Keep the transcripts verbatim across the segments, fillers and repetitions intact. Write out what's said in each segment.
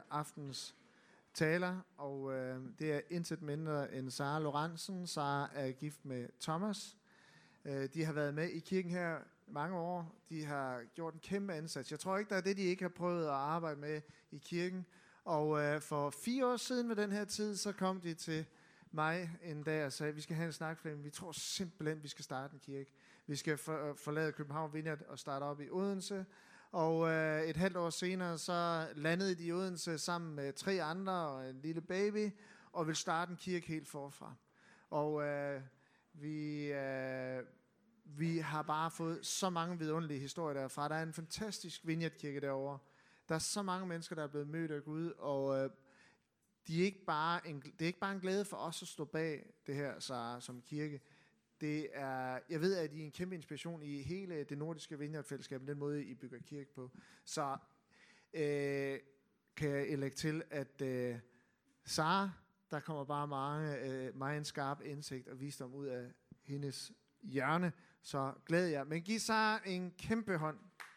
aftens taler, og øh, det er intet mindre end Sara Lorentzen. Sara er gift med Thomas. Øh, de har været med i kirken her mange år. De har gjort en kæmpe indsats. Jeg tror ikke, der er det, de ikke har prøvet at arbejde med i kirken. Og øh, for fire år siden ved den her tid, så kom de til mig en dag og sagde, vi skal have en snak, vi tror simpelthen, vi skal starte en kirke. Vi skal for, forlade København Vineyard og starte op i Odense. Og øh, et halvt år senere, så landede de i Odense sammen med tre andre og en lille baby, og vil starte en kirke helt forfra. Og øh, vi, øh, vi har bare fået så mange vidunderlige historier derfra. Der er en fantastisk Vineyard-kirke derovre. Der er så mange mennesker, der er blevet mødt af Gud, og øh, de er ikke bare en, det er ikke bare en glæde for os at stå bag det her, Sara, som kirke. Det er, jeg ved, at I er en kæmpe inspiration i hele det nordiske Vineyard-fællesskab, den måde, I bygger kirke på. Så øh, kan jeg lægge til, at øh, Sara, der kommer bare mange, øh, meget en skarp indsigt og visdom ud af hendes hjørne. Så glæder jeg. Men giv Sara en kæmpe hånd.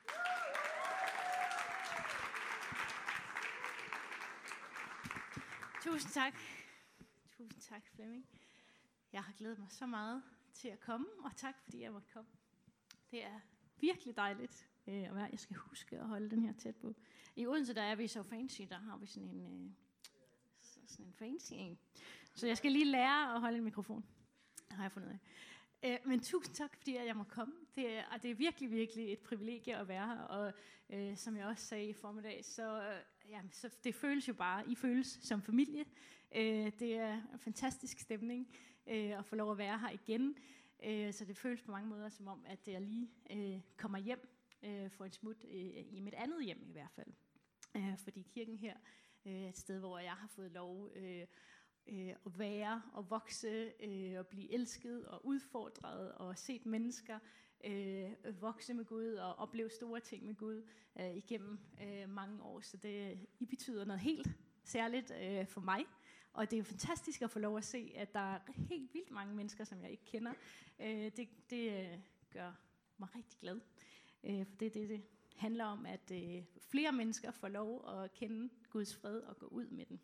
Tusind tak. Tusind tak, Flemming. Jeg har glædet mig så meget til at komme, og tak fordi jeg måtte komme. Det er virkelig dejligt øh, at være. Jeg skal huske at holde den her tæt på. I Odense, der er vi så fancy, der har vi sådan en, øh, sådan en fancy en. Så jeg skal lige lære at holde en mikrofon. Det har jeg fundet af. Øh, men tusind tak, fordi jeg må komme. Det er, og det er virkelig, virkelig et privilegie at være her. Og øh, som jeg også sagde i formiddag, så, øh, jamen, så det føles jo bare, I føles som familie. Øh, det er en fantastisk stemning øh, at få lov at være her igen. Øh, så det føles på mange måder som om, at jeg lige øh, kommer hjem øh, for en smut øh, i mit andet hjem i hvert fald. Øh, fordi kirken her øh, er et sted, hvor jeg har fået lov øh, øh, at være og vokse øh, og blive elsket og udfordret og set mennesker øh, vokse med Gud og opleve store ting med Gud øh, igennem øh, mange år. Så det I betyder noget helt særligt øh, for mig. Og det er jo fantastisk at få lov at se, at der er helt vildt mange mennesker, som jeg ikke kender. Øh, det det øh, gør mig rigtig glad. Øh, for det det, det handler om, at øh, flere mennesker får lov at kende Guds fred og gå ud med den.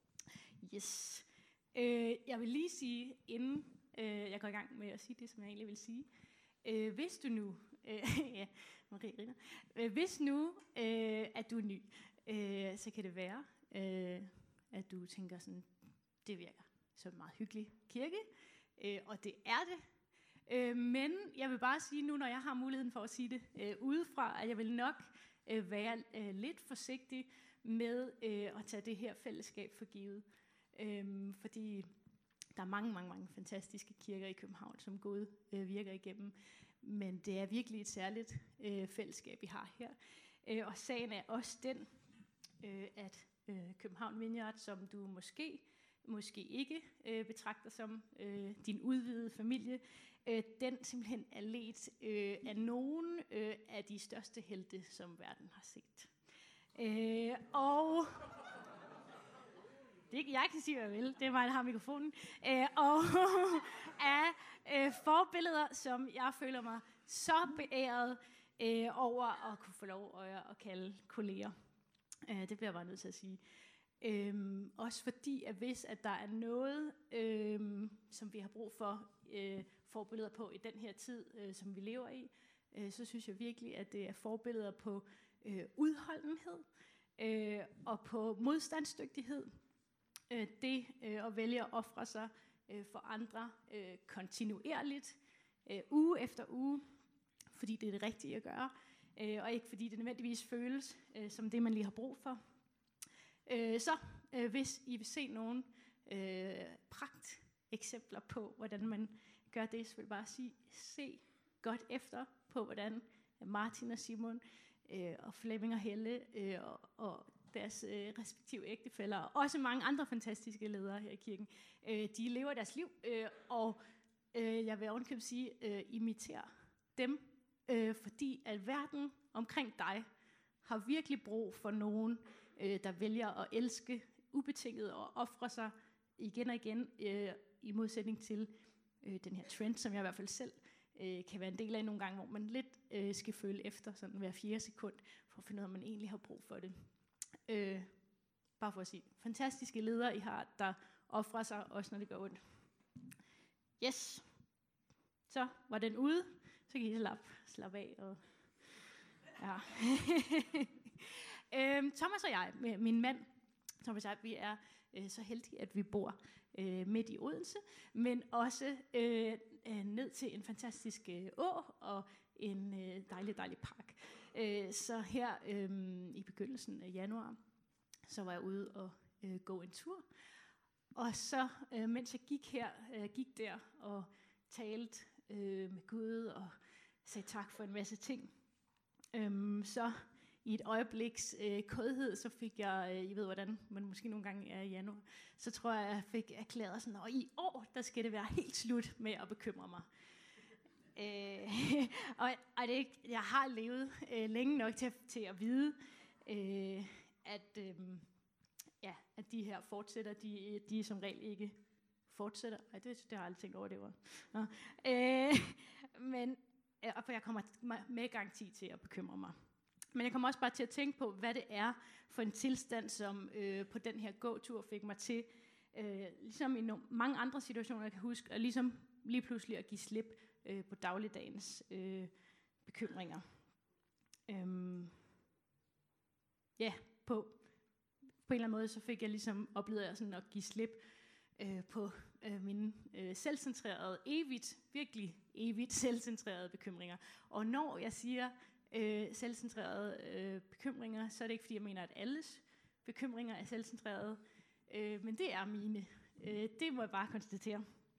Yes. Øh, jeg vil lige sige, inden øh, jeg går i gang med at sige det, som jeg egentlig vil sige. Øh, hvis du nu, øh, ja, Marie Ritter, øh, hvis nu, øh, at du er ny, øh, så kan det være, øh, at du tænker sådan, det virker som en meget hyggelig kirke, øh, og det er det. Øh, men jeg vil bare sige nu, når jeg har muligheden for at sige det øh, udefra, at jeg vil nok øh, være øh, lidt forsigtig med øh, at tage det her fællesskab for givet. Øh, fordi der er mange, mange, mange fantastiske kirker i København, som Gud øh, virker igennem. Men det er virkelig et særligt øh, fællesskab, vi har her. Øh, og sagen er også den, øh, at øh, København Vineyard, som du måske, måske ikke øh, betragter som øh, din udvidede familie, øh, den simpelthen er ledt øh, af nogen øh, af de største helte, som verden har set. Øh, og... Det, jeg kan sige, hvad jeg vil. Det er mig, der har mikrofonen. Øh, og af øh, forbilleder, som jeg føler mig så beæret øh, over at kunne få lov at, at kalde kolleger. Øh, det bliver jeg bare nødt til at sige. Øh, også fordi, at hvis at der er noget, øh, som vi har brug for øh, forbilleder på i den her tid, øh, som vi lever i, øh, så synes jeg virkelig, at det er forbilleder på øh, udholdenhed øh, og på modstandsdygtighed. Det øh, at vælge at ofre sig øh, for andre øh, kontinuerligt, øh, uge efter uge, fordi det er det rigtige at gøre, øh, og ikke fordi det nødvendigvis føles øh, som det, man lige har brug for. Øh, så øh, hvis I vil se nogle øh, pragt eksempler på, hvordan man gør det, så vil jeg bare sige, se godt efter på, hvordan Martin og Simon øh, og Flemming og Helle øh, og, og deres øh, respektive ægtefæller, og også mange andre fantastiske ledere her i kirken. Øh, de lever deres liv, øh, og øh, jeg vil ovenkøbet sige, øh, imitere dem, øh, fordi at verden omkring dig har virkelig brug for nogen, øh, der vælger at elske ubetinget og ofre sig igen og igen, øh, i modsætning til øh, den her trend, som jeg i hvert fald selv øh, kan være en del af nogle gange, hvor man lidt øh, skal føle efter sådan hver fjerde sekund, for at finde ud af, om man egentlig har brug for det. Øh, bare for at sige, fantastiske ledere, I har, der offrer sig, også når det går ondt. Yes. Så var den ude. Så kan I slappe slap af. Og ja. øhm, Thomas og jeg, min mand, Thomas og jeg, vi er øh, så heldige, at vi bor øh, midt i Odense, men også øh, øh, ned til en fantastisk øh, å og en øh, dejlig, dejlig park. Øh, så her øh, i begyndelsen af januar, så var jeg ude og øh, gå en tur. Og så, øh, mens jeg gik her, øh, gik der og talte øh, med Gud og sagde tak for en masse ting, øh, så i et øjebliks øh, kodhed, så fik jeg, øh, I ved hvordan, men måske nogle gange er i januar, så tror jeg, jeg fik erklæret sådan, og i år, der skal det være helt slut med at bekymre mig. Øh, og og det er ikke, jeg har levet øh, længe nok til, til at vide, øh, at, øh, ja, at de her fortsætter, de, de som regel ikke fortsætter. Ej, det, det har jeg aldrig tænkt over, det var. Nå. Øh, men, øh, for jeg kommer med garanti til at bekymre mig. Men jeg kommer også bare til at tænke på, hvad det er for en tilstand, som øh, på den her gåtur fik mig til, øh, ligesom i no- mange andre situationer, jeg kan huske, og ligesom lige pludselig at give slip øh, på dagligdagens øh, bekymringer. Øhm, ja, på, på en eller anden måde, så fik jeg ligesom oplevet sådan at give slip øh, på øh, mine øh, selvcentrerede, evigt, virkelig evigt selvcentrerede bekymringer. Og når jeg siger øh, selvcentrerede øh, bekymringer, så er det ikke fordi, jeg mener, at alles bekymringer er selvcentrerede, øh, men det er mine. Øh, det må jeg bare konstatere.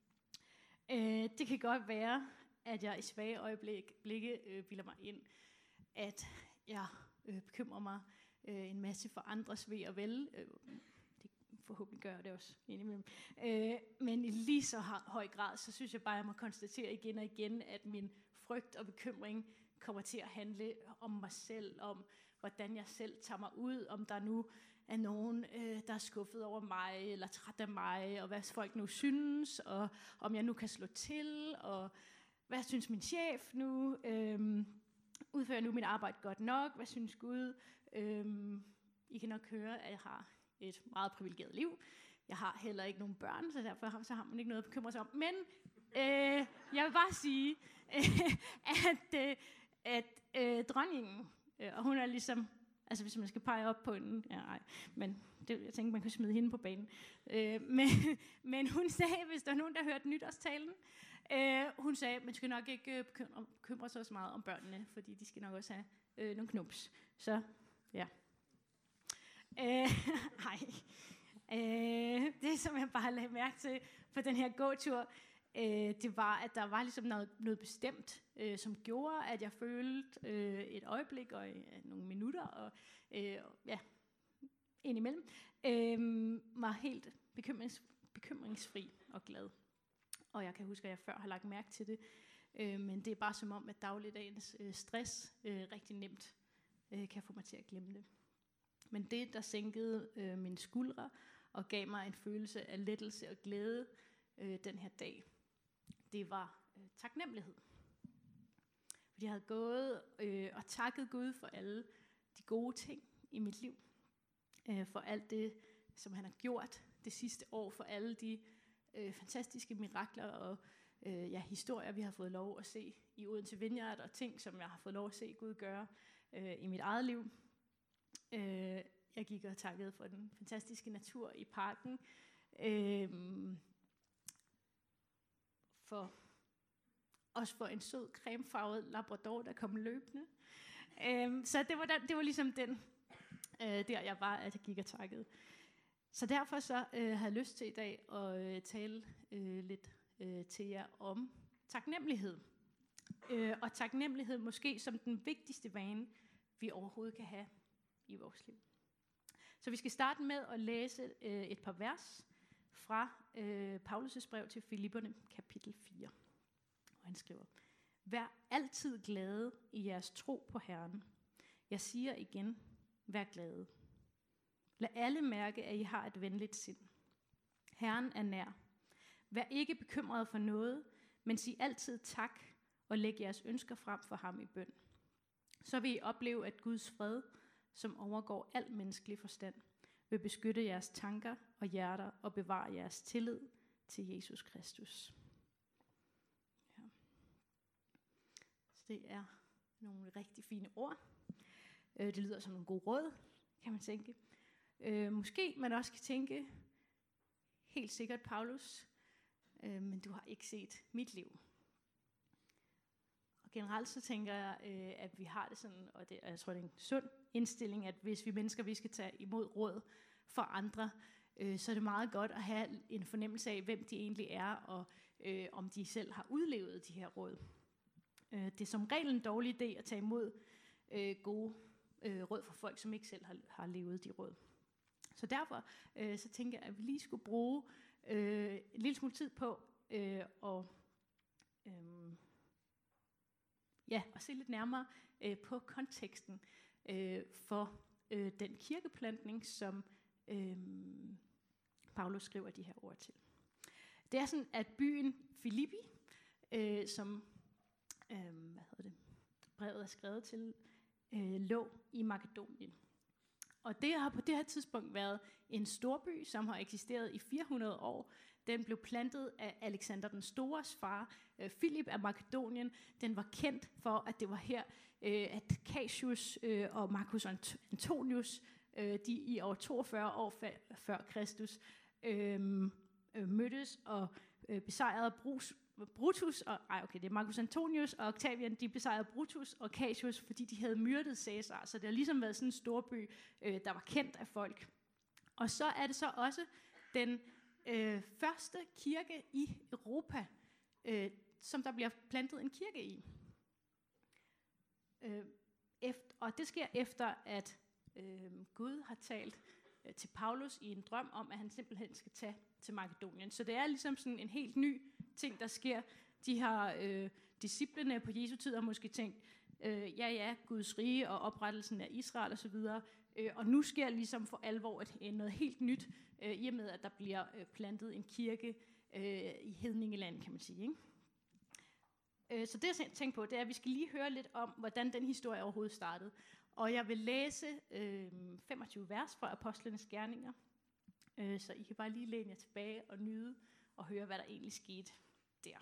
Øh, det kan godt være, at jeg i svage øjeblikke øh, bilder mig ind, at jeg øh, bekymrer mig øh, en masse for andres ve og vel. Øh, det forhåbentlig gør jeg det også indimellem. Øh, men i lige så høj grad, så synes jeg bare, at jeg må konstatere igen og igen, at min frygt og bekymring kommer til at handle om mig selv, om hvordan jeg selv tager mig ud, om der nu er nogen, øh, der er skuffet over mig, eller træt af mig, og hvad folk nu synes, og om jeg nu kan slå til, og hvad synes min chef nu, øhm, udfører nu mit arbejde godt nok, hvad synes Gud. Øhm, I kan nok høre, at jeg har et meget privilegeret liv. Jeg har heller ikke nogen børn, så derfor så har man ikke noget at bekymre sig om. Men øh, jeg vil bare sige, øh, at, øh, at øh, dronningen, øh, og hun er ligesom, altså hvis man skal pege op på en, ja nej, men det, jeg tænkte, man kunne smide hende på banen. Øh, men, men hun sagde, hvis der er nogen, der har hørt nytårstalen, øh, hun sagde, man skal nok ikke bekymre, bekymre sig så meget om børnene, fordi de skal nok også have øh, nogle knups. Så, ja. Øh, hej. Øh, det, som jeg bare lagde mærke til på den her gåtur, øh, det var, at der var ligesom noget, noget bestemt, øh, som gjorde, at jeg følte øh, et øjeblik og øh, nogle minutter, og øh, ja, indimellem, øh, var helt bekymrings, bekymringsfri og glad. Og jeg kan huske, at jeg før har lagt mærke til det, øh, men det er bare som om, at dagligdagens øh, stress øh, rigtig nemt øh, kan få mig til at glemme det. Men det, der sænkede øh, mine skuldre og gav mig en følelse af lettelse og glæde øh, den her dag, det var øh, taknemmelighed. Fordi jeg havde gået øh, og takket Gud for alle de gode ting i mit liv. Øh, for alt det, som han har gjort det sidste år. For alle de øh, fantastiske mirakler og øh, ja, historier, vi har fået lov at se i Odense Vineyard. Og ting, som jeg har fået lov at se Gud gøre øh, i mit eget liv. Øh, jeg gik og takkede for den fantastiske natur i parken. Øh, for også for en sød cremefarvet labrador, der kom løbende. Øh, så det var, der, det var ligesom den, øh, der jeg var, at jeg gik og takkede. Så derfor så øh, har jeg lyst til i dag at øh, tale øh, lidt øh, til jer om taknemmelighed. Øh, og taknemmelighed måske som den vigtigste vane, vi overhovedet kan have i vores liv. Så vi skal starte med at læse øh, et par vers fra øh, Paulus' brev til Filipperne, kapitel fire. Og han skriver: Vær altid glade i jeres tro på Herren. Jeg siger igen, vær glade. Lad alle mærke, at I har et venligt sind. Herren er nær. Vær ikke bekymret for noget, men sig altid tak og læg jeres ønsker frem for ham i bøn. Så vil I opleve, at Guds fred, som overgår al menneskelig forstand, vil beskytte jeres tanker og hjerter og bevare jeres tillid til Jesus Kristus. Ja. Så det er nogle rigtig fine ord. Det lyder som nogle gode råd, kan man tænke. Måske man også kan tænke, helt sikkert Paulus, men du har ikke set mit liv. Og generelt så tænker jeg, at vi har det sådan, og det, og jeg tror, det er en sund indstilling, at hvis vi mennesker, vi skal tage imod råd for andre, så er det meget godt at have en fornemmelse af, hvem de egentlig er, og øh, om de selv har udlevet de her råd. Det er som regel en dårlig idé at tage imod øh, gode øh, råd fra folk, som ikke selv har, har levet de råd. Så derfor øh, så tænker jeg, at vi lige skulle bruge øh, en lille smule tid på øh, og, øh, ja, at se lidt nærmere øh, på konteksten øh, for øh, den kirkeplantning, som øh, Paulus skriver de her ord til. Det er sådan, at byen Filippi, øh, som øh, hvad hedder det, brevet er skrevet til, øh, lå i Makedonien. Og det har på det her tidspunkt været en storby, som har eksisteret i fire hundrede år. Den blev plantet af Alexander den Stores far, øh, Filip af Makedonien. Den var kendt for, at det var her, øh, at Cassius øh, og Marcus Antonius, øh, de i år toogfyrre år fa- før Kristus, øh, øh, mødtes og øh, besejrede Brus, Brutus, og, ej okay, det er Marcus Antonius og Octavian, de besejrede Brutus og Cassius, fordi de havde myrdet Caesar, så det har ligesom været sådan en storby, øh, der var kendt af folk. Og så er det så også den øh, første kirke i Europa, øh, som der bliver plantet en kirke i. Øh, efter, og det sker efter, at øh, Gud har talt øh, til Paulus i en drøm om, at han simpelthen skal tage til Makedonien. Så det er ligesom sådan en helt ny ting, der sker. De har øh, disciplene på Jesu tid har måske tænkt, øh, ja ja, Guds rige og oprettelsen af Israel osv., øh, og nu sker ligesom for alvor et, noget helt nyt, øh, i og med at der bliver øh, plantet en kirke øh, i Hedningeland, kan man sige, ikke? Øh, så det jeg tænker på, det er, at vi skal lige høre lidt om, hvordan den historie overhovedet startede. Og jeg vil læse øh, femogtyve vers fra Apostlenes Gerninger, øh, så I kan bare lige læne jer tilbage og nyde og høre, hvad der egentlig skete der.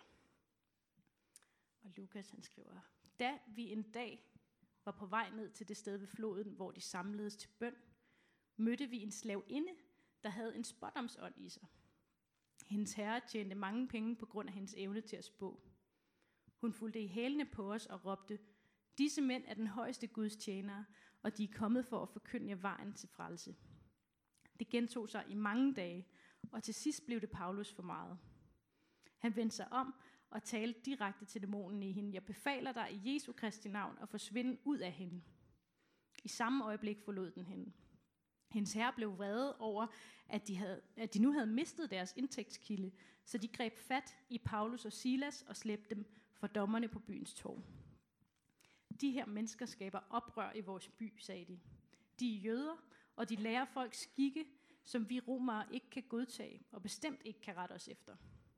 Og Lukas han skriver, da vi en dag var på vej ned til det sted ved floden, hvor de samledes til bøn, mødte vi en slavinde, der havde en spådomsånd i sig. Hendes herre tjente mange penge på grund af hendes evne til at spå. Hun fulgte i hælene på os og råbte, disse mænd er den højeste Guds tjenere, og de er kommet for at forkynde vejen til frelse. Det gentog sig i mange dage, og til sidst blev det Paulus for meget. Han vendte sig om og talte direkte til dæmonen i hende. Jeg befaler dig i Jesu Kristi navn at forsvinde ud af hende. I samme øjeblik forlod den hende. Hendes herre blev vrede over, at de, havde, at de nu havde mistet deres indtægtskilde, så de greb fat i Paulus og Silas og slæbte dem for dommerne på byens torv. De her mennesker skaber oprør i vores by, sagde de. De er jøder, og de lærer folk skikke, som vi romere ikke kan godtage, og bestemt ikke kan rette os efter.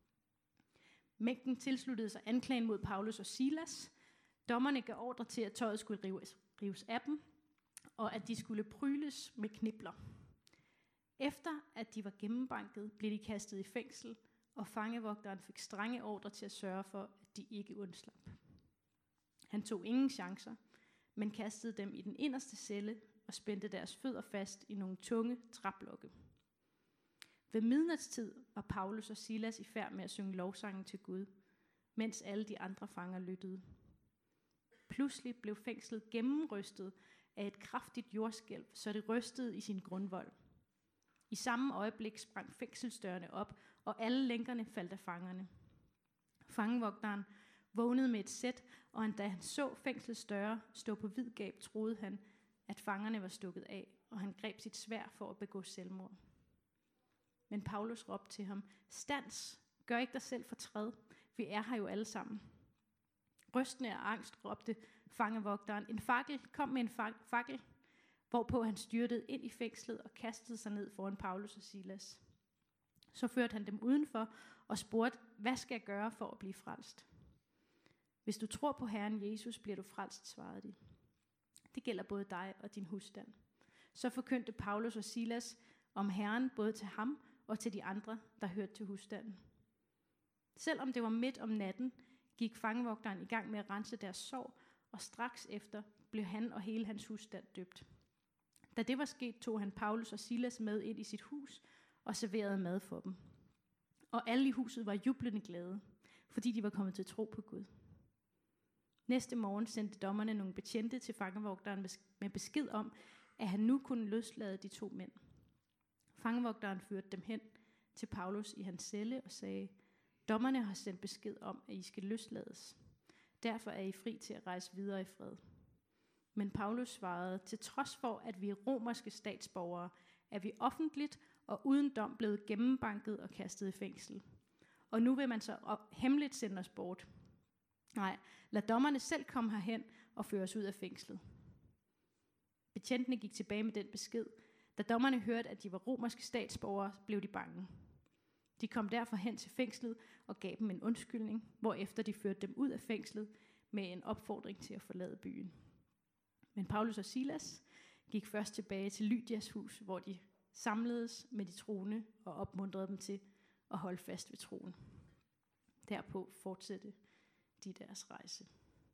Mængden tilsluttede sig anklagen mod Paulus og Silas. Dommerne gav ordre til, at tøjet skulle rives, rives af dem, og at de skulle pryles med knibler. Efter at de var gennembanket, blev de kastet i fængsel, og fangevogteren fik strenge ordre til at sørge for, at de ikke undslap. Han tog ingen chancer, men kastede dem i den inderste celle og spændte deres fødder fast i nogle tunge træblokke. Ved midnatstid var Paulus og Silas i færd med at synge lovsangen til Gud, mens alle de andre fanger lyttede. Pludselig blev fængslet gennemrystet af et kraftigt jordskælv, så det rystede i sin grundvold. I samme øjeblik sprang fængselsdørene op, og alle lænkerne faldt af fangerne. Fangevogteren vågnede med et sæt, og da han så fængselsdøre stå på vid gab, troede han, at fangerne var stukket af, og han greb sit sværd for at begå selvmord. Men Paulus råbte til ham, stands, gør ikke dig selv fortræd, vi er her jo alle sammen. Rystende af angst råbte fangevogteren, en fakkel, kom med en fakkel, hvorpå han styrtede ind i fængslet og kastede sig ned foran Paulus og Silas. Så førte han dem udenfor og spurgte, hvad skal jeg gøre for at blive frelst? Hvis du tror på Herren Jesus, bliver du frelst, svarede de. Det gælder både dig og din husstand. Så forkyndte Paulus og Silas om Herren både til ham og til de andre, der hørte til husstanden. Selvom det var midt om natten, gik fangevogteren i gang med at rense deres sår, og straks efter blev han og hele hans husstand døbt. Da det var sket, tog han Paulus og Silas med ind i sit hus og serverede mad for dem. Og alle i huset var jublende glade, fordi de var kommet til tro på Gud. Næste morgen sendte dommerne nogle betjente til fangevogteren med besked om, at han nu kunne løslade de to mænd. Fangevogteren førte dem hen til Paulus i hans celle og sagde, dommerne har sendt besked om, at I skal løslades. Derfor er I fri til at rejse videre i fred. Men Paulus svarede, til trods for, at vi er romerske statsborgere, er vi offentligt og uden dom blevet gennembanket og kastet i fængsel. Og nu vil man så op- hemmeligt sende os bort. Nej, lad dommerne selv komme herhen og føre os ud af fængslet. Betjentene gik tilbage med den besked. Da dommerne hørte, at de var romerske statsborgere, blev de bange. De kom derfor hen til fængslet og gav dem en undskyldning, hvorefter de førte dem ud af fængslet med en opfordring til at forlade byen. Men Paulus og Silas gik først tilbage til Lydias hus, hvor de samledes med de troende og opmuntrede dem til at holde fast ved troen. Derpå fortsatte de deres rejse.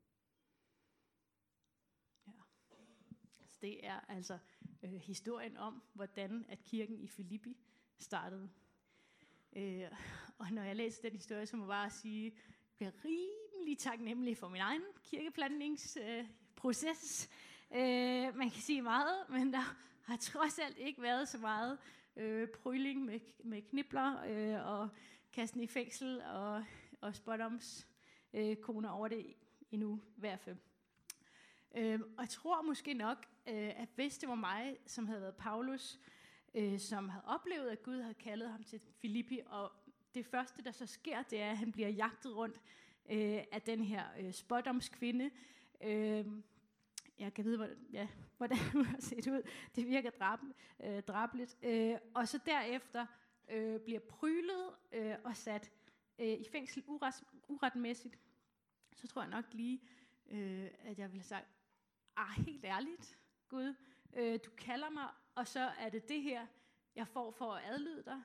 Ja. Så det er altså øh, historien om, hvordan at kirken i Filippi startede. Øh, og når jeg læser den historie, så må jeg bare sige, at jeg bliver rimelig taknemmelig for min egen kirkeplantningsproces. Øh, øh, man kan sige meget, men der har trods alt ikke været så meget øh, pryling med, med knibler øh, og kasten i fængsel og, og spotdoms øh, koner over det endnu i hvert fald. Øh, og jeg tror måske nok, øh, at hvis det var mig, som havde været Paulus, øh, som havde oplevet, at Gud havde kaldet ham til Filippi, og det første, der så sker, det er, at han bliver jagtet rundt øh, af den her øh, spådomskvinde. Øh, jeg kan vide, hvordan, ja, hvordan hun har set ud. Det virker drab, øh, drabligt. Øh, og så derefter øh, bliver prylet øh, og sat øh, i fængsel uret, uretmæssigt. Så tror jeg nok lige, øh, at jeg ville have sagt, ah, helt ærligt, Gud, øh, du kalder mig, og så er det det her, jeg får for at adlyde dig.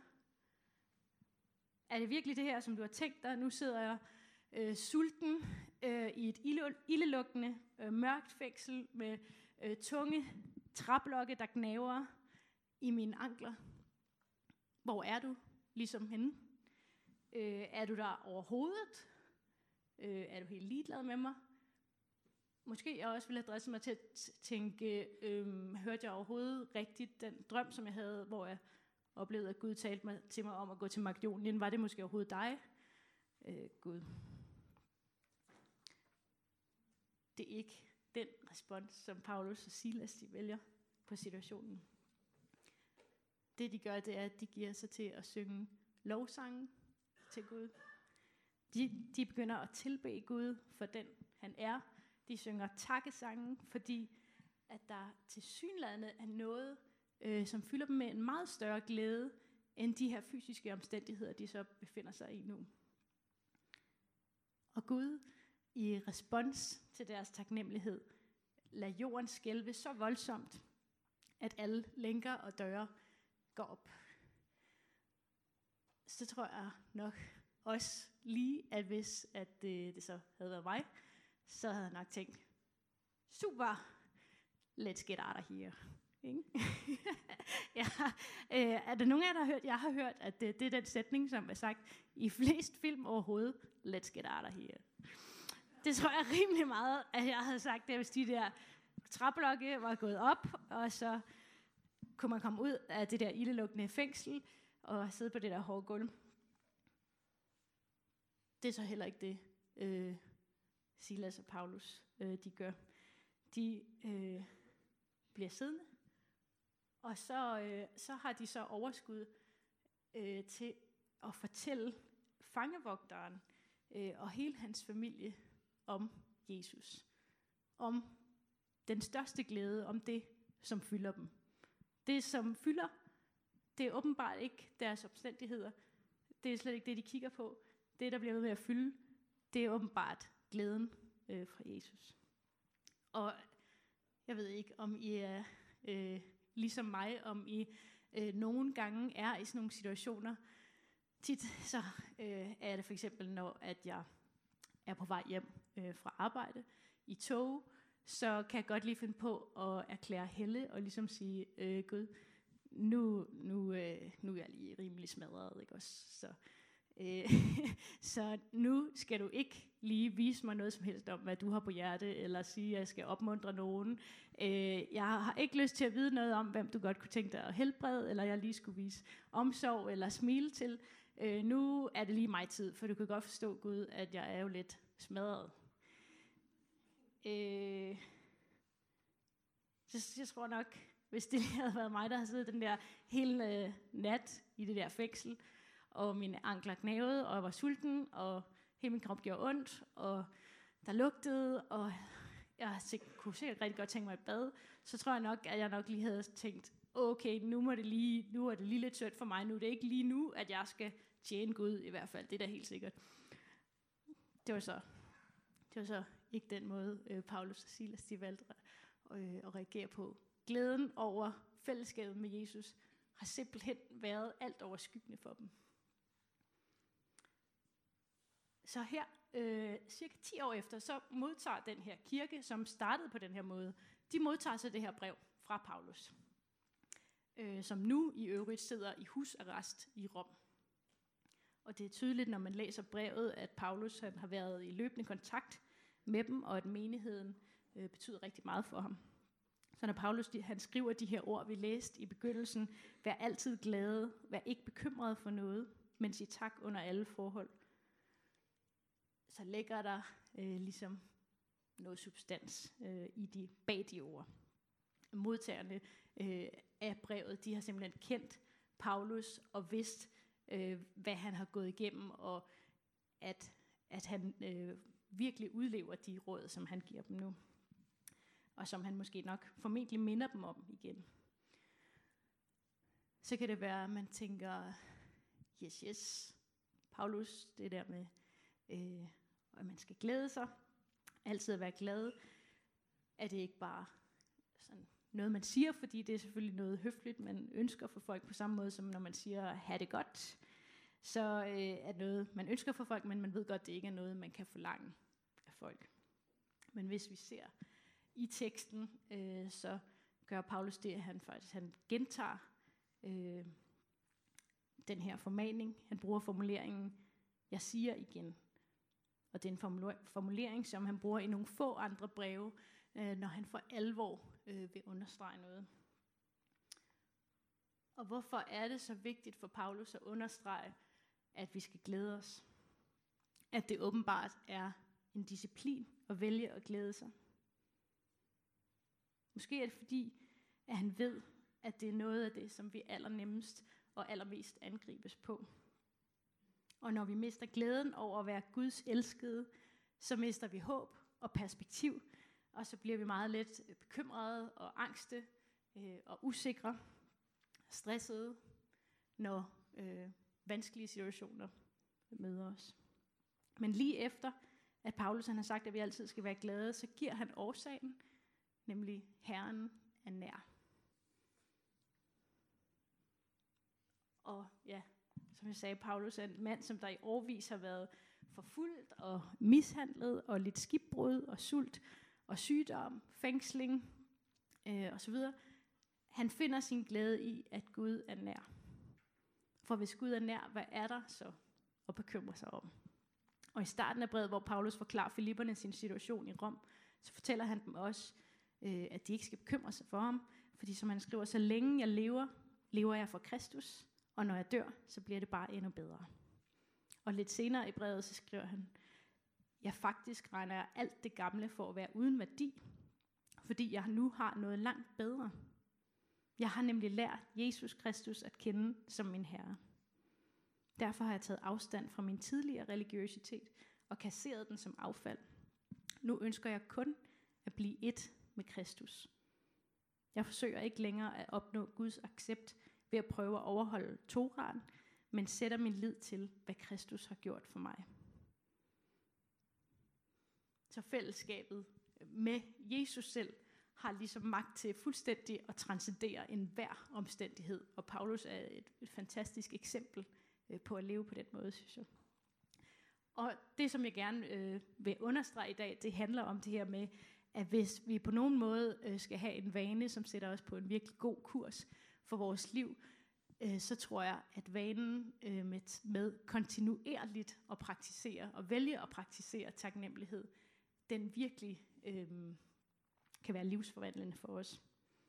Er det virkelig det her, som du har tænkt dig? Nu sidder jeg øh, sulten øh, i et ildelugtende, øh, mørkt fængsel med øh, tunge træblokke, der gnaver i mine ankler. Hvor er du? Ligesom hende. Øh, er du der overhovedet? Øh, er du helt ligeglad med mig? Måske jeg også ville have dristet mig til at tænke, øh, hørte jeg overhovedet rigtigt den drøm, som jeg havde, hvor jeg oplevede, at Gud talte mig, til mig om at gå til Makedonien. Var det måske overhovedet dig, øh, Gud? Det er ikke den respons, som Paulus og Silas de vælger på situationen. Det de gør, det er, at de giver sig til at synge lovsange til Gud. De, de begynder at tilbede Gud for den, han er. De synger takkesange, fordi at der tilsyneladende er noget, øh, som fylder dem med en meget større glæde, end de her fysiske omstændigheder, de så befinder sig i nu. Og Gud, i respons til deres taknemmelighed, lader jorden skælve så voldsomt, at alle lænker og døre går op. Så tror jeg nok også lige, at hvis at det, det så havde været mig, så havde jeg nok tænkt, super, let's get out of here. ja, øh, er der nogen af jer, der har hørt? Jeg har hørt, at det, det er den sætning, som er sagt i flest film overhovedet, let's get out of here. Det tror jeg rimelig meget, at jeg havde sagt det, hvis de der træblokke var gået op, og så kunne man komme ud af det der ildelugtende fængsel, og sidde på det der hårde gulv. Det er så heller ikke det, øh, Silas og Paulus øh, de gør. De øh, bliver siddende, og så, øh, så har de så overskud øh, til at fortælle fangevogteren øh, og hele hans familie om Jesus. Om den største glæde, om det, som fylder dem. Det, som fylder, det er åbenbart ikke deres omstændigheder. Det er slet ikke det, de kigger på. Det, der bliver ved med at fylde, det er åbenbart glæden øh, fra Jesus. Og jeg ved ikke, om I er øh, ligesom mig, om I øh, nogle gange er i sådan nogle situationer. Tit så øh, er det for eksempel, når at jeg er på vej hjem øh, fra arbejde i tog, så kan jeg godt lige finde på at erklære Helle og ligesom sige, øh, Gud, nu, nu, øh, nu er jeg lige rimelig smadret, ikke også? Så, øh, så nu skal du ikke lige vise mig noget som helst om, hvad du har på hjerte, eller sige, at jeg skal opmuntre nogen. Øh, jeg har ikke lyst til at vide noget om, hvem du godt kunne tænke dig at helbrede, eller jeg lige skulle vise omsorg eller smile til. Øh, nu er det lige mig tid, for du kan godt forstå, Gud, at jeg er jo lidt smadret. Øh, så jeg tror nok, hvis det havde været mig, der havde siddet den der hele øh, nat i det der fængsel, og mine ankler knævede, og jeg var sulten, og hele min krop gjorde ondt, og der lugtede, og jeg kunne sikkert rigtig godt tænke mig et bad, så tror jeg nok, at jeg nok lige havde tænkt, okay, nu, må det lige, nu er det lige lidt sødt for mig, nu er det ikke lige nu, at jeg skal tjene Gud i hvert fald, det er da helt sikkert. Det var så, det var så ikke den måde, øh, Paulus og Silas de valgte øh, at reagere på. Glæden over fællesskabet med Jesus har simpelthen været alt overskyggende for dem. Så her, øh, cirka ti år efter, så modtager den her kirke, som startede på den her måde, de modtager så det her brev fra Paulus, øh, som nu i øvrigt sidder i husarrest i Rom. Og det er tydeligt, når man læser brevet, at Paulus han har været i løbende kontakt med dem, og at menigheden øh, betyder rigtig meget for ham. Så når Paulus de, han skriver de her ord, vi læste i begyndelsen, vær altid glade, vær ikke bekymret for noget, men sig tak under alle forhold, så ligger der øh, ligesom noget substans øh, i de bag de ord. Modtagerne øh, af brevet, de har simpelthen kendt Paulus og vidst, øh, hvad han har gået igennem, og at, at han øh, virkelig udlever de råd, som han giver dem nu. Og som han måske nok formentlig minder dem om igen. Så kan det være, at man tænker, yes, yes, Paulus, det der med, øh, at man skal glæde sig, altid at være glad, er det ikke bare sådan noget, man siger, fordi det er selvfølgelig noget høfligt, man ønsker for folk på samme måde, som når man siger, ha' det godt, så øh, er det noget, man ønsker for folk, men man ved godt, det ikke er noget, man kan forlange af folk. Men hvis vi ser i teksten, øh, så gør Paulus det, at han faktisk han gentager øh, den her formaning. Han bruger formuleringen, jeg siger igen. Og det er en formulering, som han bruger i nogle få andre breve, øh, når han for alvor øh, vil understrege noget. Og hvorfor er det så vigtigt for Paulus at understrege, at vi skal glæde os? At det åbenbart er en disciplin at vælge at glæde sig. Måske er det fordi, at han ved, at det er noget af det, som vi allernemmest og allermest angribes på. Og når vi mister glæden over at være Guds elskede, så mister vi håb og perspektiv, og så bliver vi meget let bekymrede og angste øh, og usikre, stressede, når øh, vanskelige situationer møder os. Men lige efter, at Paulus han har sagt, at vi altid skal være glade, så giver han årsagen, nemlig Herren er nær. Og ja, som jeg sagde, Paulus er en mand, som der i årevis har været forfulgt og mishandlet, og lidt skibbrud og sult og sygdom, fængsling øh, osv. Han finder sin glæde i, at Gud er nær. For hvis Gud er nær, hvad er der så at bekymre sig om? Og i starten af brevet, hvor Paulus forklarer Filipperne sin situation i Rom, så fortæller han dem også, øh, at de ikke skal bekymre sig for ham, fordi som han skriver, så længe jeg lever, lever jeg for Kristus, og når jeg dør, så bliver det bare endnu bedre. Og lidt senere i brevet, så skriver han, jeg faktisk regner jeg alt det gamle for at være uden værdi, fordi jeg nu har noget langt bedre. Jeg har nemlig lært Jesus Kristus at kende som min Herre. Derfor har jeg taget afstand fra min tidligere religiøsitet og kasseret den som affald. Nu ønsker jeg kun at blive et med Kristus. Jeg forsøger ikke længere at opnå Guds accept ved at prøve at overholde Toraen, men sætter min lid til, hvad Kristus har gjort for mig. Så fællesskabet med Jesus selv har ligesom magt til fuldstændig at transcendere enhver omstændighed. Og Paulus er et, et fantastisk eksempel øh, på at leve på den måde, synes jeg. Og det, som jeg gerne øh, vil understrege i dag, det handler om det her med, at hvis vi på nogen måde øh, skal have en vane, som sætter os på en virkelig god kurs for vores liv, øh, så tror jeg, at vanen øh, med, med kontinuerligt at praktisere, og vælge at praktisere taknemmelighed, den virkelig øh, kan være livsforvandlende for os.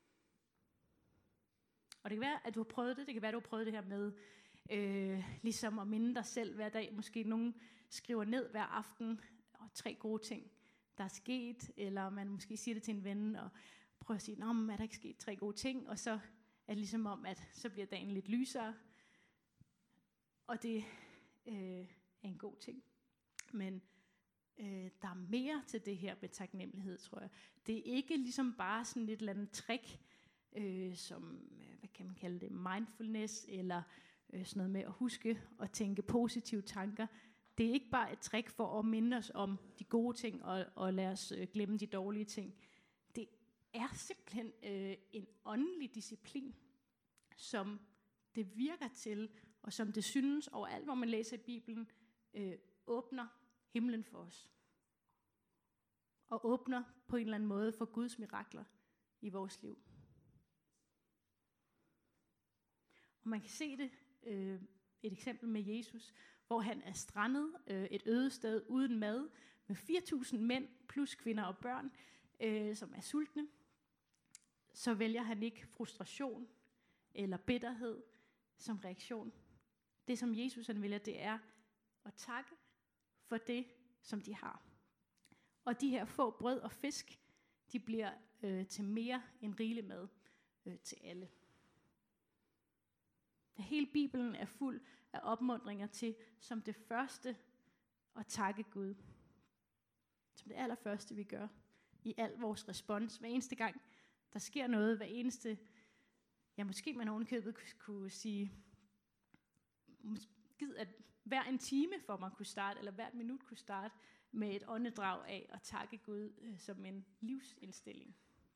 Og det kan være, at du har prøvet det. Det kan være, at du har prøvet det her med øh, ligesom at minde dig selv hver dag. Måske nogen skriver ned hver aften og tre gode ting, der er sket. Eller man måske siger det til en ven og prøver at sige, nå, men er der ikke sket tre gode ting? Og så er det ligesom om, at så bliver dagen lidt lysere. Og det øh, er en god ting. Men øh, der er mere til det her med taknemmelighed, tror jeg. Det er ikke ligesom bare sådan et eller andet trick, øh, som, hvad kan man kalde det, mindfulness, eller øh, sådan noget med at huske og tænke positive tanker. Det er ikke bare et trick for at minde os om de gode ting, og, og lade os øh, glemme de dårlige ting. Det er simpelthen øh, en åndelig disciplin, som det virker til, og som det synes overalt, hvor man læser i Bibelen, øh, åbner himlen for os. Og åbner på en eller anden måde for Guds mirakler i vores liv. Og man kan se det, øh, et eksempel med Jesus, hvor han er strandet øh, et øde sted uden mad, med fire tusind mænd plus kvinder og børn, øh, som er sultne. Så vælger han ikke frustration eller bitterhed som reaktion. Det som Jesus han vælger, det er at takke for det, som de har. Og de her få brød og fisk, de bliver øh, til mere end rigelig mad øh, til alle. Hele Bibelen er fuld af opmuntringer til, som det første, at takke Gud. Som det allerførste, vi gør i al vores respons. Hver eneste gang, der sker noget, hver eneste, ja, måske man ovenikøbet kunne sige, gid at hver en time for man kunne starte, eller hvert minut kunne starte med et åndedrag af at takke Gud øh, som en livsindstilling.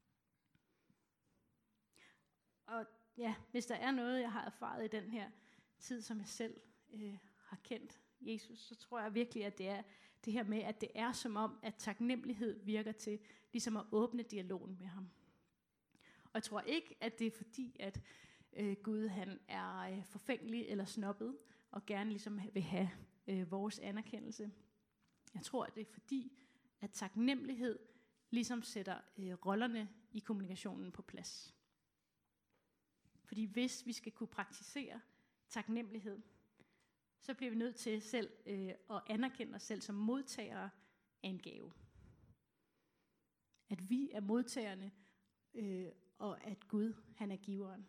Og ja, hvis der er noget, jeg har erfaret i den her tid, som jeg selv øh, har kendt Jesus, så tror jeg virkelig, at det er det her med, at det er som om, at taknemmelighed virker til ligesom at åbne dialogen med ham. Og jeg tror ikke, at det er fordi, at øh, Gud han er øh, forfængelig eller snobbet, og gerne ligesom vil have øh, vores anerkendelse. Jeg tror, at det er fordi, at taknemmelighed ligesom sætter øh, rollerne i kommunikationen på plads. Fordi hvis vi skal kunne praktisere taknemmelighed, så bliver vi nødt til selv øh, at anerkende os selv som modtagere af en gave. At vi er modtagerne, øh, og at Gud han er giveren.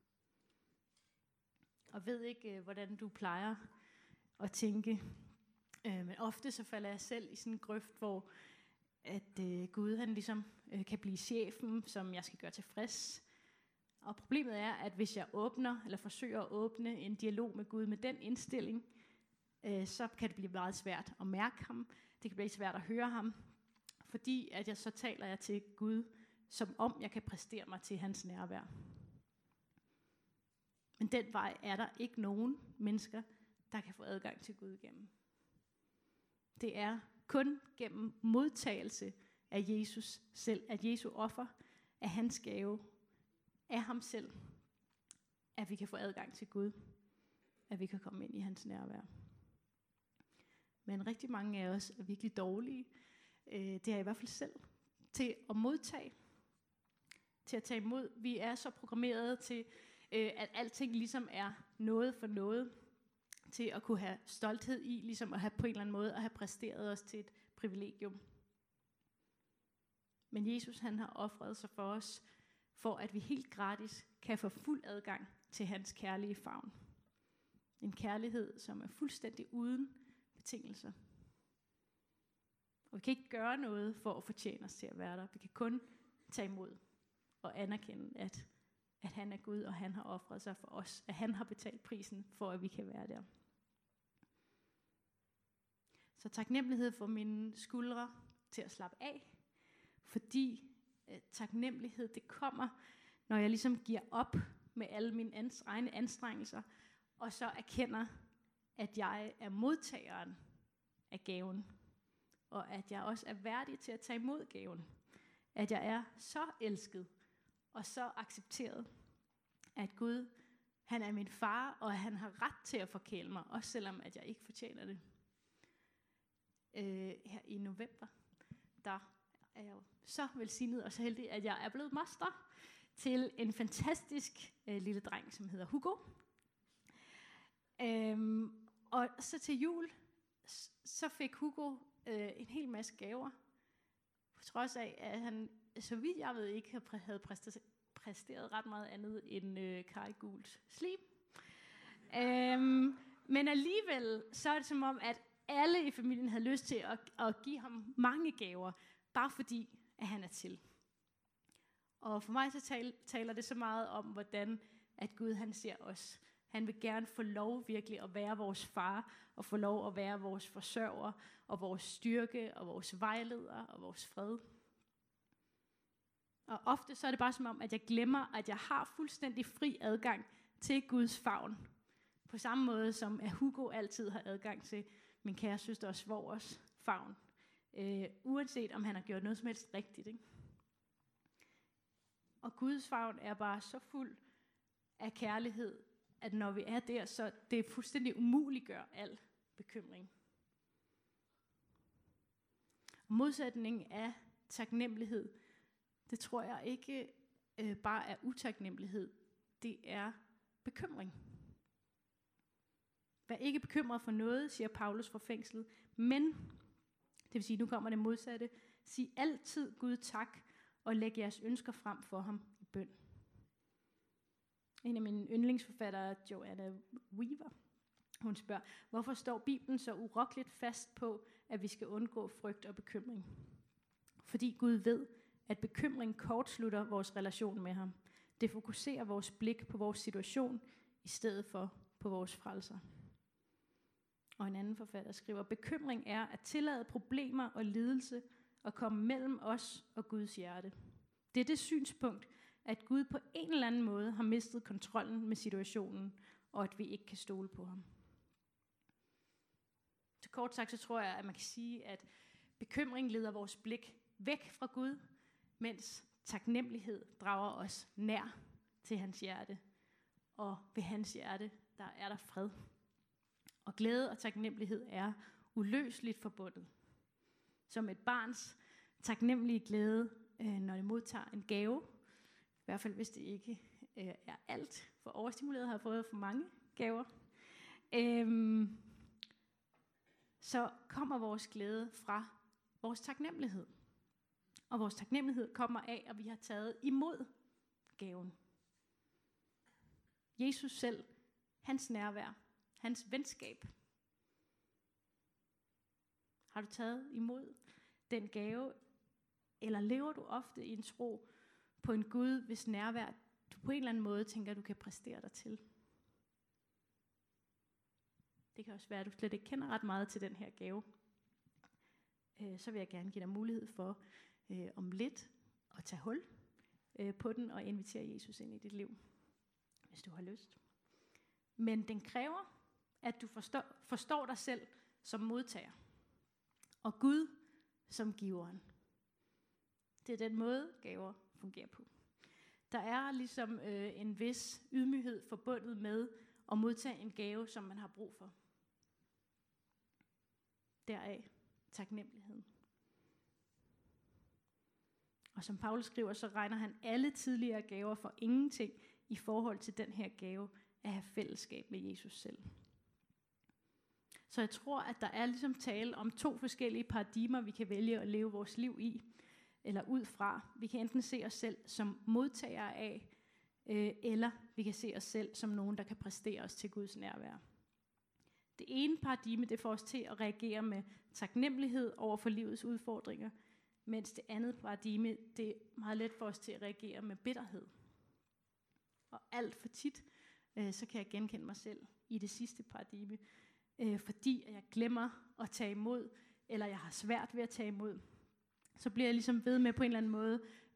Og ved ikke, øh, hvordan du plejer at tænke, øh, men ofte så falder jeg selv i sådan en grøft, hvor at øh, Gud han ligesom øh, kan blive chefen, som jeg skal gøre tilfreds. Og problemet er, at hvis jeg åbner, eller forsøger at åbne en dialog med Gud med den indstilling, øh, så kan det blive meget svært at mærke ham. Det kan blive svært at høre ham, fordi at jeg så taler jeg til Gud, som om jeg kan præstere mig til hans nærvær. Men den vej er der ikke nogen mennesker, der kan få adgang til Gud igennem. Det er kun gennem modtagelse af Jesus selv, at Jesu offer, af hans gave, af ham selv, at vi kan få adgang til Gud, at vi kan komme ind i hans nærvær. Men rigtig mange af os er virkelig dårlige, øh, det er jeg i hvert fald selv, til at modtage, til at tage imod. Vi er så programmeret til, øh, at alting ligesom er noget for noget, til at kunne have stolthed i, ligesom at have på en eller anden måde, at have præsteret os til et privilegium. Men Jesus han har ofret sig for os, for at vi helt gratis kan få fuld adgang til hans kærlige favn. En kærlighed, som er fuldstændig uden betingelser. Og vi kan ikke gøre noget for at fortjene os til at være der. Vi kan kun tage imod og anerkende, at, at han er Gud, og han har ofret sig for os. At han har betalt prisen for, at vi kan være der. Så taknemmelighed for mine skuldre til at slappe af, fordi øh, taknemmelighed, det kommer, når jeg ligesom giver op med alle mine ans- egne anstrengelser, og så erkender, at jeg er modtageren af gaven, og at jeg også er værdig til at tage imod gaven. At jeg er så elsket og så accepteret, at Gud, han er min far, og han har ret til at forkæle mig, også selvom at jeg ikke fortjener det. Øh, her i november, der er jeg jo så velsignet og så heldig, at jeg er blevet moster til en fantastisk øh, lille dreng, som hedder Hugo. Øhm, og så til jul, så fik Hugo øh, en hel masse gaver, på trods af, at han, så vidt jeg ved, ikke havde præsteret, præsteret ret meget andet end øh, karrigult slim. Øhm, men alligevel, så er det som om, at alle i familien havde lyst til at, at give ham mange gaver, bare fordi, at han er til. Og for mig så tal, taler det så meget om, hvordan at Gud han ser os. Han vil gerne få lov virkelig at være vores far, og få lov at være vores forsørger, og vores styrke, og vores vejleder, og vores fred. Og ofte så er det bare som om, at jeg glemmer, at jeg har fuldstændig fri adgang til Guds favn. På samme måde som at Hugo altid har adgang til min kære søster og svogers favn. Øh, uanset om han har gjort noget som helst rigtigt. Ikke? Og Guds favn er bare så fuld af kærlighed, at når vi er der, så det fuldstændig umuliggør al bekymring. Og modsætningen af taknemmelighed, det tror jeg ikke øh, bare er utaknemmelighed, det er bekymring. Vær ikke bekymret for noget, siger Paulus fra fængslet, men, det vil sige, nu kommer det modsatte, sig altid Gud tak, og læg jeres ønsker frem for ham i bøn. En af mine yndlingsforfattere, Joanna Weaver, hun spørger, hvorfor står Bibelen så urokkeligt fast på, at vi skal undgå frygt og bekymring? Fordi Gud ved, at bekymring kortslutter vores relation med ham. Det fokuserer vores blik på vores situation, i stedet for på vores frelser. Og en anden forfatter skriver, bekymring er at tillade problemer og lidelse at komme mellem os og Guds hjerte. Det er det synspunkt, at Gud på en eller anden måde har mistet kontrollen med situationen, og at vi ikke kan stole på ham. Til kort sagt, så tror jeg, at man kan sige, at bekymring leder vores blik væk fra Gud, mens taknemmelighed drager os nær til hans hjerte. Og ved hans hjerte, der er der fred. Og glæde og taknemmelighed er uløseligt forbundet. Som et barns taknemmelige glæde, øh, når det modtager en gave, i hvert fald hvis det ikke øh, er alt, for overstimuleret har fået for mange gaver, øhm, så kommer vores glæde fra vores taknemmelighed. Og vores taknemmelighed kommer af, at vi har taget imod gaven. Jesus selv, hans nærvær, hans venskab. Har du taget imod den gave, eller lever du ofte i en tro på en Gud, hvis nærvær du på en eller anden måde tænker, at du kan præstere dig til? Det kan også være, at du slet ikke kender ret meget til den her gave. Øh, så vil jeg gerne give dig mulighed for øh, om lidt at tage hul øh, på den og invitere Jesus ind i dit liv, hvis du har lyst. Men den kræver, at du forstår, forstår dig selv som modtager, og Gud som giveren. Det er den måde, gaver fungerer på. Der er ligesom øh, en vis ydmyghed forbundet med at modtage en gave, som man har brug for. Deraf taknemmeligheden. Og som Paulus skriver, så regner han alle tidligere gaver for ingenting i forhold til den her gave at have fællesskab med Jesus selv. Så jeg tror, at der er ligesom tale om to forskellige paradigmer, vi kan vælge at leve vores liv i, eller ud fra. Vi kan enten se os selv som modtagere af, øh, eller vi kan se os selv som nogen, der kan præstere os til Guds nærvær. Det ene paradigme, det får os til at reagere med taknemmelighed over for livets udfordringer, mens det andet paradigme, det er meget let for os til at reagere med bitterhed. Og alt for tit, øh, så kan jeg genkende mig selv i det sidste paradigme, øh, fordi jeg glemmer at tage imod, eller jeg har svært ved at tage imod, så bliver jeg ligesom ved med på en eller anden måde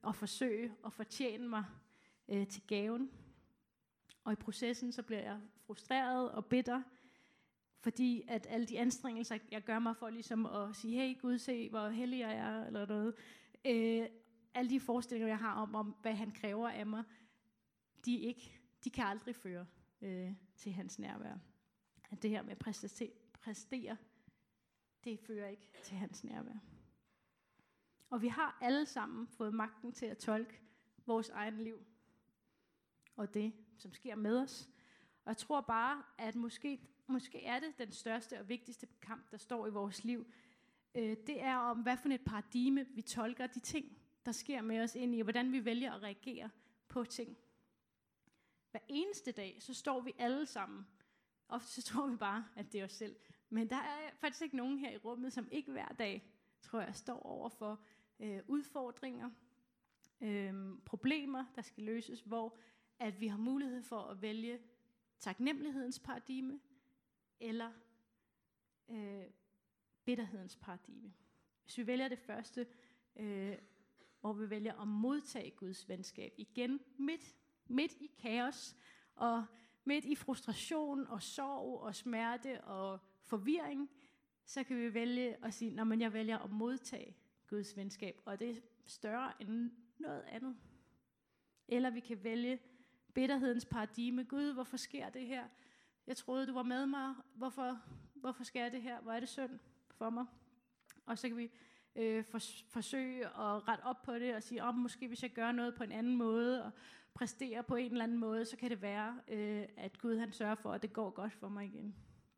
at forsøge at fortjene mig øh, til gaven. Og i processen så bliver jeg frustreret og bitter, fordi at alle de anstrengelser, jeg gør mig for ligesom at sige, hey Gud, se hvor hellig jeg er, eller noget. Øh, alle de forestillinger, jeg har om, om, hvad han kræver af mig, de, ikke, de kan aldrig føre øh, til hans nærvær. At det her med at præstere, præstere, det fører ikke til hans nærvær. Og vi har alle sammen fået magten til at tolke vores egen liv, og det, som sker med os. Og jeg tror bare, at måske, måske er det den største og vigtigste kamp, der står i vores liv. Øh, det er om, hvad for et paradigme vi tolker de ting, der sker med os ind i, og hvordan vi vælger at reagere på ting. Hver eneste dag, så står vi alle sammen. Ofte så tror vi bare, at det er os selv. Men der er faktisk ikke nogen her i rummet, som ikke hver dag, tror jeg, står over for øh, udfordringer, øh, problemer, der skal løses, hvor at vi har mulighed for at vælge taknemmelighedens paradigme, eller øh, bitterhedens paradigme. Hvis vi vælger det første, øh, hvor vi vælger at modtage Guds venskab, igen midt, midt i kaos, og midt i frustration og sorg og smerte og forvirring, så kan vi vælge at sige, når jeg vælger at modtage Guds venskab, og det er større end noget andet. Eller vi kan vælge bitterhedens paradigme. Gud, hvorfor sker det her? Jeg troede, du var med mig. Hvorfor, hvorfor sker det her? Hvor er det synd for mig? Og så kan vi øh, for, forsøge at rette op på det og sige, oh, måske hvis jeg gør noget på en anden måde og præsterer på en eller anden måde, så kan det være, øh, at Gud han sørger for, at det går godt for mig igen.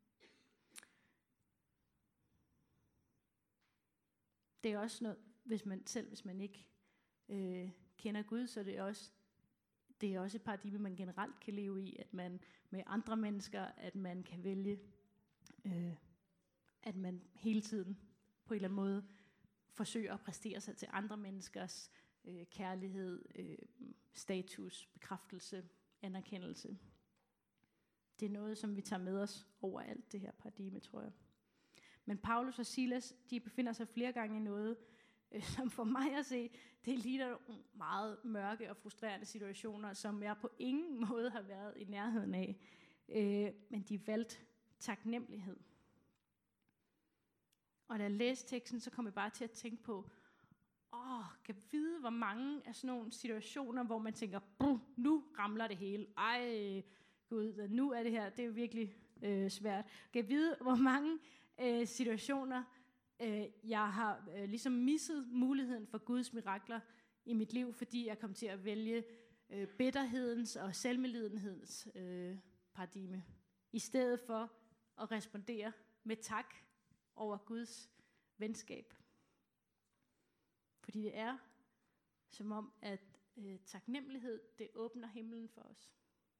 Det er også noget, hvis man selv hvis man ikke øh, kender Gud, så det er også det er også et paradigme, man generelt kan leve i, at man med andre mennesker, at man kan vælge, øh, at man hele tiden på en eller anden måde forsøger at præstere sig til andre menneskers øh, kærlighed, øh, status, bekræftelse, anerkendelse. Det er noget, som vi tager med os over alt det her paradigme, tror jeg. Men Paulus og Silas, de befinder sig flere gange i noget, øh, som for mig at se, det ligner nogle meget mørke og frustrerende situationer, som jeg på ingen måde har været i nærheden af. Øh, men de valgte taknemmelighed. Og da jeg læste teksten, så kom jeg bare til at tænke på, åh, kan jeg vide, hvor mange af sådan nogle situationer, hvor man tænker, nu ramler det hele. Ej, Gud, nu er det her, det er virkelig øh, svært. Kan jeg vide, hvor mange øh, situationer, øh, jeg har øh, ligesom misset muligheden for Guds mirakler i mit liv, fordi jeg kom til at vælge øh, bitterhedens og selvmedlidenhedens øh, paradigme, i stedet for at respondere med tak over Guds venskab. Fordi det er som om, at øh, taknemmelighed, det åbner himlen for os.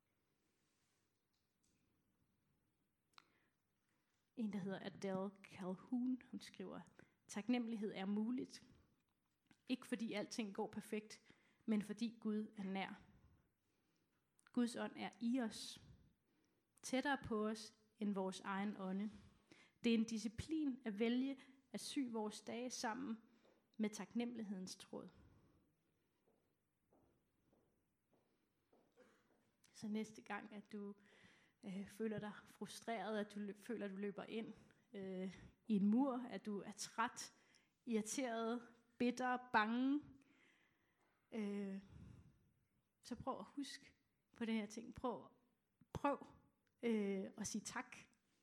En, der hedder Adele Calhoun, hun skriver, taknemmelighed er muligt. Ikke fordi alting går perfekt, men fordi Gud er nær. Guds ånd er i os, tættere på os end vores egen ånde. Det er en disciplin at vælge at sy vores dage sammen med taknemmelighedens tråd. Så næste gang, at du øh, føler dig frustreret, at du løb, føler, at du løber ind øh, i en mur, at du er træt, irriteret, bitter, bange, øh, så prøv at huske på den her ting. Prøv, prøv øh, at sige tak,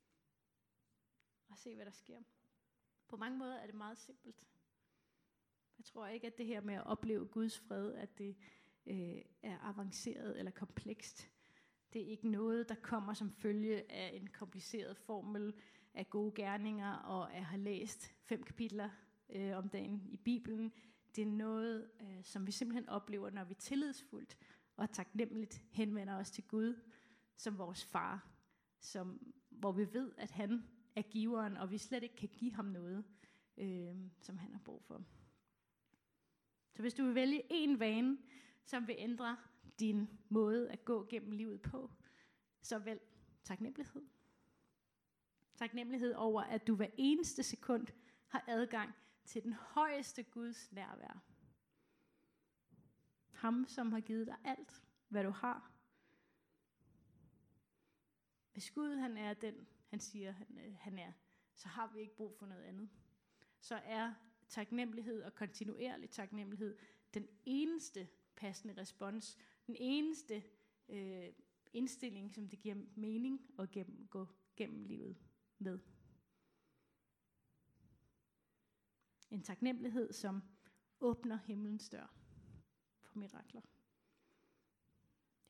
og se, hvad der sker. På mange måder er det meget simpelt. Jeg tror ikke, at det her med at opleve Guds fred, at det øh, er avanceret eller komplekst. Det er ikke noget, der kommer som følge af en kompliceret formel af gode gerninger og at have læst fem kapitler øh, om dagen i Bibelen. Det er noget, øh, som vi simpelthen oplever, når vi tillidsfuldt og taknemmeligt henvender os til Gud som vores far, som, hvor vi ved, at han er giveren, og vi slet ikke kan give ham noget, øh, som han har brug for. Så hvis du vil vælge en vane, som vil ændre din måde at gå gennem livet på, så vælg taknemmelighed. Taknemmelighed over, at du hver eneste sekund har adgang til den højeste Guds nærvær. ham, som har givet dig alt, hvad du har. Hvis Gud han er den, han siger, han, øh, han er, så har vi ikke brug for noget andet. Så er taknemmelighed og kontinuerlig taknemmelighed den eneste passende respons, den eneste øh, indstilling, som det giver mening at gennem, gå gennem livet med. En taknemmelighed, som åbner himlens dør for mirakler.